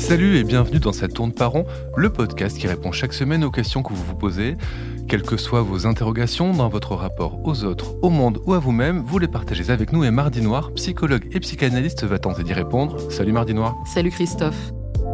Salut et bienvenue dans cette tourne par rond, le podcast qui répond chaque semaine aux questions que vous vous posez. Quelles que soient vos interrogations dans votre rapport aux autres, au monde ou à vous-même, vous les partagez avec nous et Mardi Noir, psychologue et psychanalyste, va tenter d'y répondre. Salut Mardi Noir. Salut Christophe.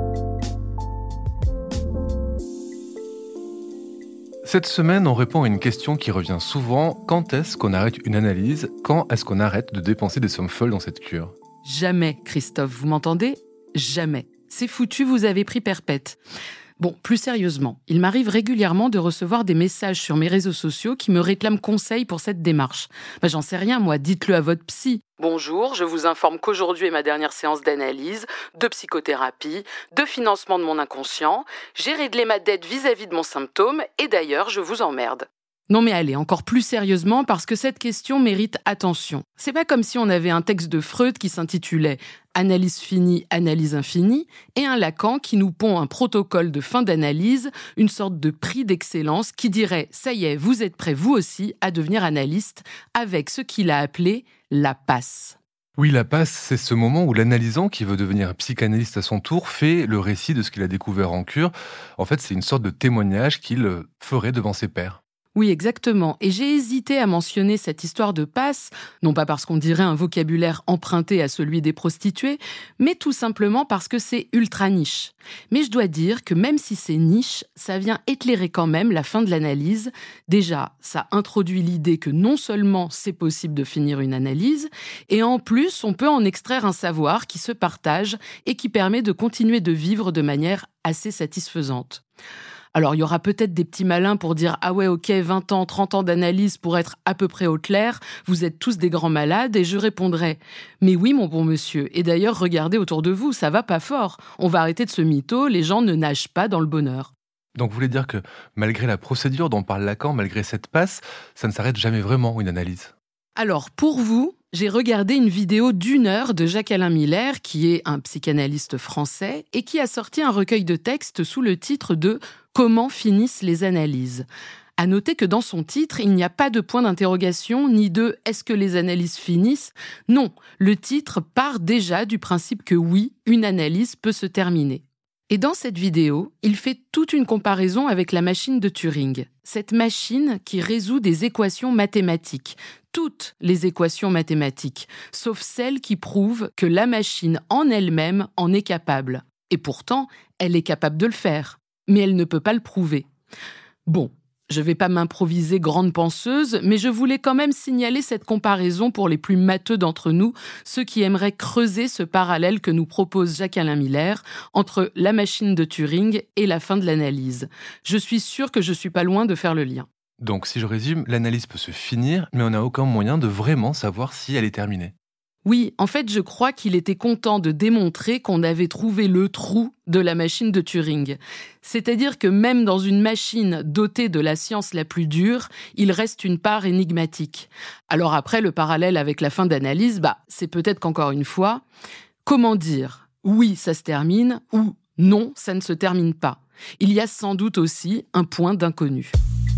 Cette semaine, on répond à une question qui revient souvent. Quand est-ce qu'on arrête une analyse ? Quand est-ce qu'on arrête de dépenser des sommes folles dans cette cure ? Jamais, Christophe, vous m'entendez ? Jamais. C'est foutu, vous avez pris perpète. Bon, plus sérieusement, il m'arrive régulièrement de recevoir des messages sur mes réseaux sociaux qui me réclament conseil pour cette démarche. J'en sais rien, moi, dites-le à votre psy. Bonjour, je vous informe qu'aujourd'hui est ma dernière séance d'analyse, de psychothérapie, de financement de mon inconscient. J'ai réglé ma dette vis-à-vis de mon symptôme et d'ailleurs, je vous emmerde. Non mais allez, encore plus sérieusement, parce que cette question mérite attention. C'est pas comme si on avait un texte de Freud qui s'intitulait « Analyse finie, analyse infinie » et un Lacan qui nous pond un protocole de fin d'analyse, une sorte de prix d'excellence qui dirait « Ça y est, vous êtes prêts vous aussi à devenir analyste » avec ce qu'il a appelé la passe. Oui, la passe, c'est ce moment où l'analysant, qui veut devenir psychanalyste à son tour, fait le récit de ce qu'il a découvert en cure. En fait, c'est une sorte de témoignage qu'il ferait devant ses pairs. Oui, exactement. Et j'ai hésité à mentionner cette histoire de passe, non pas parce qu'on dirait un vocabulaire emprunté à celui des prostituées, mais tout simplement parce que c'est ultra niche. Mais je dois dire que même si c'est niche, ça vient éclairer quand même la fin de l'analyse. Déjà, ça introduit l'idée que non seulement c'est possible de finir une analyse, et en plus, on peut en extraire un savoir qui se partage et qui permet de continuer de vivre de manière assez satisfaisante. Alors, il y aura peut-être des petits malins pour dire « Ah ouais, ok, 20 ans, 30 ans d'analyse pour être à peu près au clair, vous êtes tous des grands malades » et je répondrai « Mais oui, mon bon monsieur, et d'ailleurs, regardez autour de vous, ça va pas fort. On va arrêter de ce mytho, les gens ne nagent pas dans le bonheur. » Donc vous voulez dire que malgré la procédure dont parle Lacan, malgré cette passe, ça ne s'arrête jamais vraiment une analyse ? Alors, pour vous, j'ai regardé une vidéo d'1 heure de Jacques-Alain Miller, qui est un psychanalyste français, et qui a sorti un recueil de textes sous le titre de « Comment finissent les analyses ?» À noter que dans son titre, il n'y a pas de point d'interrogation, ni de « Est-ce que les analyses finissent ?» Non, le titre part déjà du principe que oui, une analyse peut se terminer. Et dans cette vidéo, il fait toute une comparaison avec la machine de Turing. Cette machine qui résout des équations mathématiques. Toutes les équations mathématiques, sauf celles qui prouvent que la machine en elle-même en est capable. Et pourtant, elle est capable de le faire, mais elle ne peut pas le prouver. Bon, je ne vais pas m'improviser grande penseuse, mais je voulais quand même signaler cette comparaison pour les plus matheux d'entre nous, ceux qui aimeraient creuser ce parallèle que nous propose Jacques-Alain Miller entre la machine de Turing et la fin de l'analyse. Je suis sûre que je ne suis pas loin de faire le lien. Donc si je résume, l'analyse peut se finir, mais on n'a aucun moyen de vraiment savoir si elle est terminée. Oui, en fait, je crois qu'il était content de démontrer qu'on avait trouvé le trou de la machine de Turing. C'est-à-dire que même dans une machine dotée de la science la plus dure, il reste une part énigmatique. Alors après, le parallèle avec la fin d'analyse, c'est peut-être qu'encore une fois, comment dire ? Oui, ça se termine, ou non, ça ne se termine pas. Il y a sans doute aussi un point d'inconnu.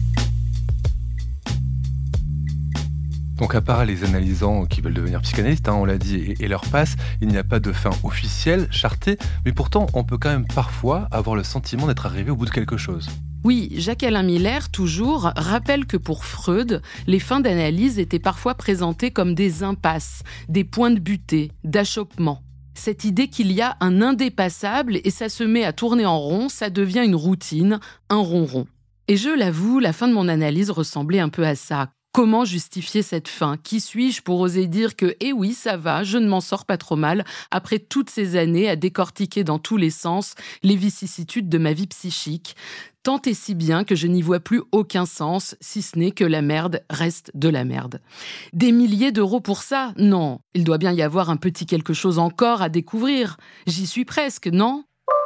Donc à part les analysants qui veulent devenir psychanalystes, on l'a dit, et leur passe, il n'y a pas de fin officielle, chartée, mais pourtant on peut quand même parfois avoir le sentiment d'être arrivé au bout de quelque chose. Oui, Jacques-Alain Miller, toujours, rappelle que pour Freud, les fins d'analyse étaient parfois présentées comme des impasses, des points de butée, d'achoppement. Cette idée qu'il y a un indépassable et ça se met à tourner en rond, ça devient une routine, un ronron. Et je l'avoue, la fin de mon analyse ressemblait un peu à ça. Comment justifier cette fin ? Qui suis-je pour oser dire que « Eh oui, ça va, je ne m'en sors pas trop mal » après toutes ces années à décortiquer dans tous les sens les vicissitudes de ma vie psychique, tant et si bien que je n'y vois plus aucun sens, si ce n'est que la merde reste de la merde. Des milliers d'euros pour ça ? Non, il doit bien y avoir un petit quelque chose encore à découvrir. J'y suis presque, non ?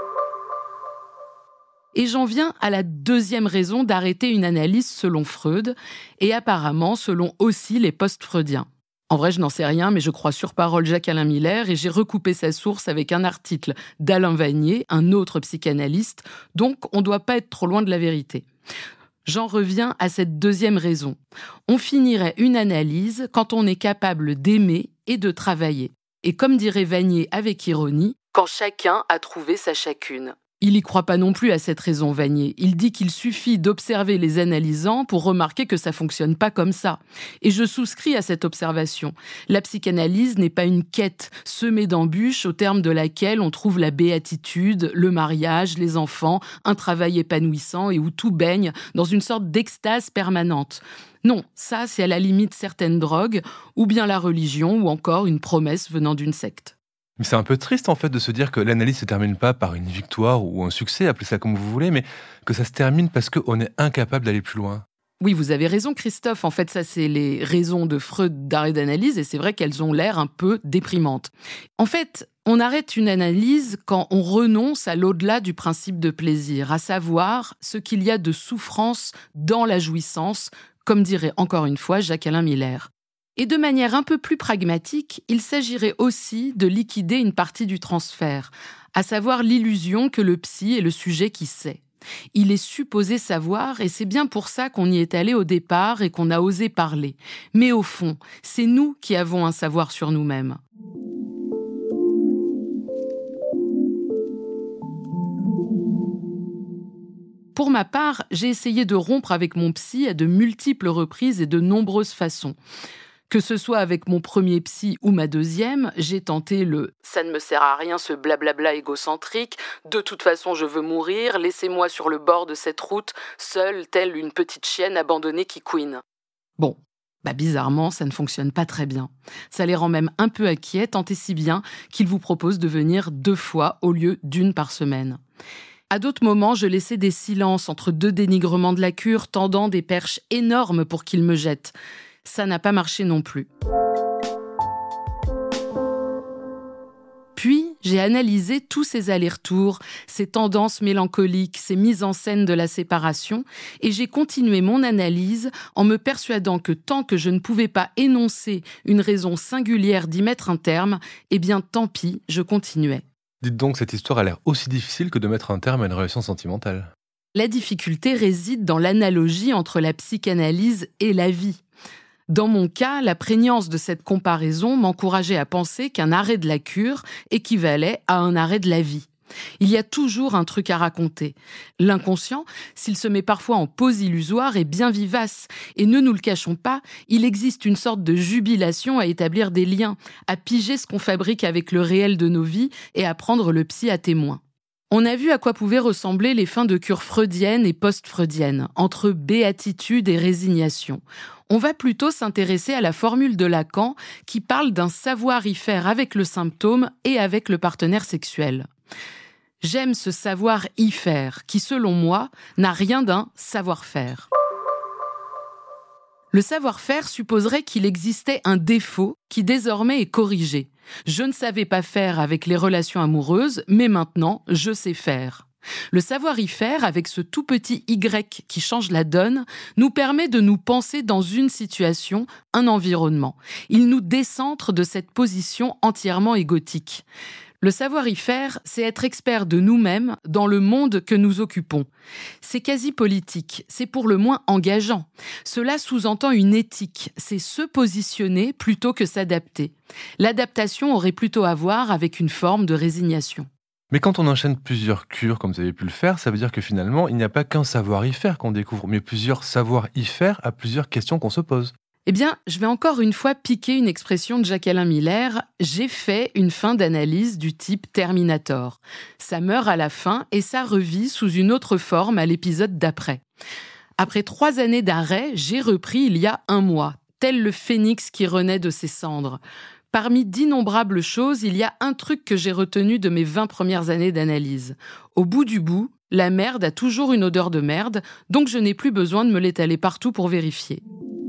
Et j'en viens à la deuxième raison d'arrêter une analyse selon Freud, et apparemment selon aussi les post-freudiens. En vrai, je n'en sais rien, mais je crois sur parole Jacques-Alain Miller, et j'ai recoupé sa source avec un article d'Alain Vanier, un autre psychanalyste, donc on ne doit pas être trop loin de la vérité. J'en reviens à cette deuxième raison. On finirait une analyse quand on est capable d'aimer et de travailler. Et comme dirait Vanier avec ironie, quand chacun a trouvé sa chacune. Il y croit pas non plus à cette raison Vanier. Il dit qu'il suffit d'observer les analysants pour remarquer que ça fonctionne pas comme ça. Et je souscris à cette observation. La psychanalyse n'est pas une quête semée d'embûches au terme de laquelle on trouve la béatitude, le mariage, les enfants, un travail épanouissant et où tout baigne dans une sorte d'extase permanente. Non, ça c'est à la limite certaines drogues, ou bien la religion, ou encore une promesse venant d'une secte. Mais c'est un peu triste en fait de se dire que l'analyse se termine pas par une victoire ou un succès, appelez ça comme vous voulez, mais que ça se termine parce qu'on est incapable d'aller plus loin. Oui, vous avez raison Christophe, en fait ça c'est les raisons de Freud d'arrêt d'analyse et c'est vrai qu'elles ont l'air un peu déprimantes. En fait, on arrête une analyse quand on renonce à l'au-delà du principe de plaisir, à savoir ce qu'il y a de souffrance dans la jouissance, comme dirait encore une fois Jacques-Alain Miller. Et de manière un peu plus pragmatique, il s'agirait aussi de liquider une partie du transfert, à savoir l'illusion que le psy est le sujet qui sait. Il est supposé savoir et c'est bien pour ça qu'on y est allé au départ et qu'on a osé parler. Mais au fond, c'est nous qui avons un savoir sur nous-mêmes. Pour ma part, j'ai essayé de rompre avec mon psy à de multiples reprises et de nombreuses façons. Que ce soit avec mon premier psy ou ma deuxième, j'ai tenté le « ça ne me sert à rien ce blablabla égocentrique, de toute façon je veux mourir, laissez-moi sur le bord de cette route, seule telle une petite chienne abandonnée qui couine ». Bon, bizarrement, ça ne fonctionne pas très bien. Ça les rend même un peu inquiets, tant et si bien qu'ils vous proposent de venir 2 fois au lieu d'1 par semaine. À d'autres moments, je laissais des silences entre 2 dénigrements de la cure, tendant des perches énormes pour qu'ils me jettent. Ça n'a pas marché non plus. Puis, j'ai analysé tous ces allers-retours, ces tendances mélancoliques, ces mises en scène de la séparation, et j'ai continué mon analyse en me persuadant que tant que je ne pouvais pas énoncer une raison singulière d'y mettre un terme, eh bien tant pis, je continuais. Dites donc, cette histoire a l'air aussi difficile que de mettre un terme à une relation sentimentale. La difficulté réside dans l'analogie entre la psychanalyse et la vie. Dans mon cas, la prégnance de cette comparaison m'encourageait à penser qu'un arrêt de la cure équivalait à un arrêt de la vie. Il y a toujours un truc à raconter. L'inconscient, s'il se met parfois en pose illusoire, est bien vivace. Et ne nous le cachons pas, il existe une sorte de jubilation à établir des liens, à piger ce qu'on fabrique avec le réel de nos vies et à prendre le psy à témoin. On a vu à quoi pouvaient ressembler les fins de cure freudiennes et post-freudiennes, entre béatitude et résignation. On va plutôt s'intéresser à la formule de Lacan qui parle d'un savoir-y-faire avec le symptôme et avec le partenaire sexuel. J'aime ce savoir-y-faire qui, selon moi, n'a rien d'un savoir-faire. Le savoir-faire supposerait qu'il existait un défaut qui désormais est corrigé. Je ne savais pas faire avec les relations amoureuses, mais maintenant, je sais faire. Le savoir-y-faire, avec ce tout petit Y qui change la donne, nous permet de nous penser dans une situation, un environnement. Il nous décentre de cette position entièrement égotique. Le savoir-y-faire, c'est être expert de nous-mêmes dans le monde que nous occupons. C'est quasi politique, c'est pour le moins engageant. Cela sous-entend une éthique, c'est se positionner plutôt que s'adapter. L'adaptation aurait plutôt à voir avec une forme de résignation. Mais quand on enchaîne plusieurs cures, comme vous avez pu le faire, ça veut dire que finalement, il n'y a pas qu'un savoir-y-faire qu'on découvre, mais plusieurs savoir-y-faire à plusieurs questions qu'on se pose. Eh bien, je vais encore une fois piquer une expression de Jacques-Alain Miller. J'ai fait une fin d'analyse du type Terminator. Ça meurt à la fin et ça revit sous une autre forme à l'épisode d'après. Après 3 années d'arrêt, j'ai repris il y a 1 mois, tel le phénix qui renaît de ses cendres. Parmi d'innombrables choses, il y a un truc que j'ai retenu de mes 20 premières années d'analyse. Au bout du bout, la merde a toujours une odeur de merde, donc je n'ai plus besoin de me l'étaler partout pour vérifier.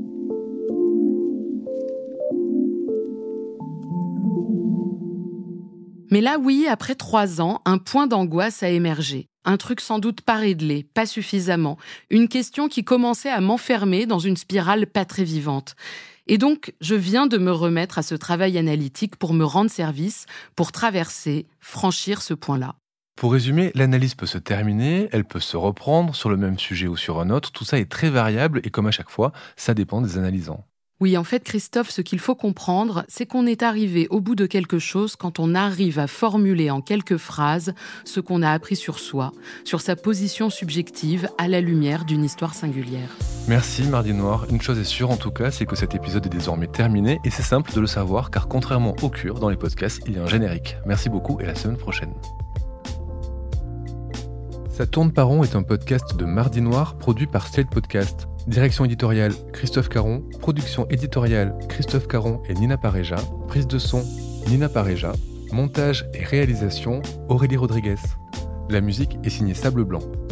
Mais là, oui, après 3 ans, un point d'angoisse a émergé. Un truc sans doute pas réglé, pas suffisamment. Une question qui commençait à m'enfermer dans une spirale pas très vivante. Et donc, je viens de me remettre à ce travail analytique pour me rendre service, pour traverser, franchir ce point-là. Pour résumer, l'analyse peut se terminer, elle peut se reprendre sur le même sujet ou sur un autre. Tout ça est très variable et comme à chaque fois, ça dépend des analysants. Oui, en fait, Christophe, ce qu'il faut comprendre, c'est qu'on est arrivé au bout de quelque chose quand on arrive à formuler en quelques phrases ce qu'on a appris sur soi, sur sa position subjective à la lumière d'une histoire singulière. Merci Mardi Noir. Une chose est sûre en tout cas, c'est que cet épisode est désormais terminé et c'est simple de le savoir car contrairement au cure, dans les podcasts, il y a un générique. Merci beaucoup et à la semaine prochaine. Ça tourne par rond est un podcast de Mardi Noir produit par Slate Podcast. Direction éditoriale Christophe Caron, production éditoriale Christophe Caron et Nina Pareja, prise de son Nina Pareja, montage et réalisation Aurélie Rodriguez. La musique est signée Sable Blanc.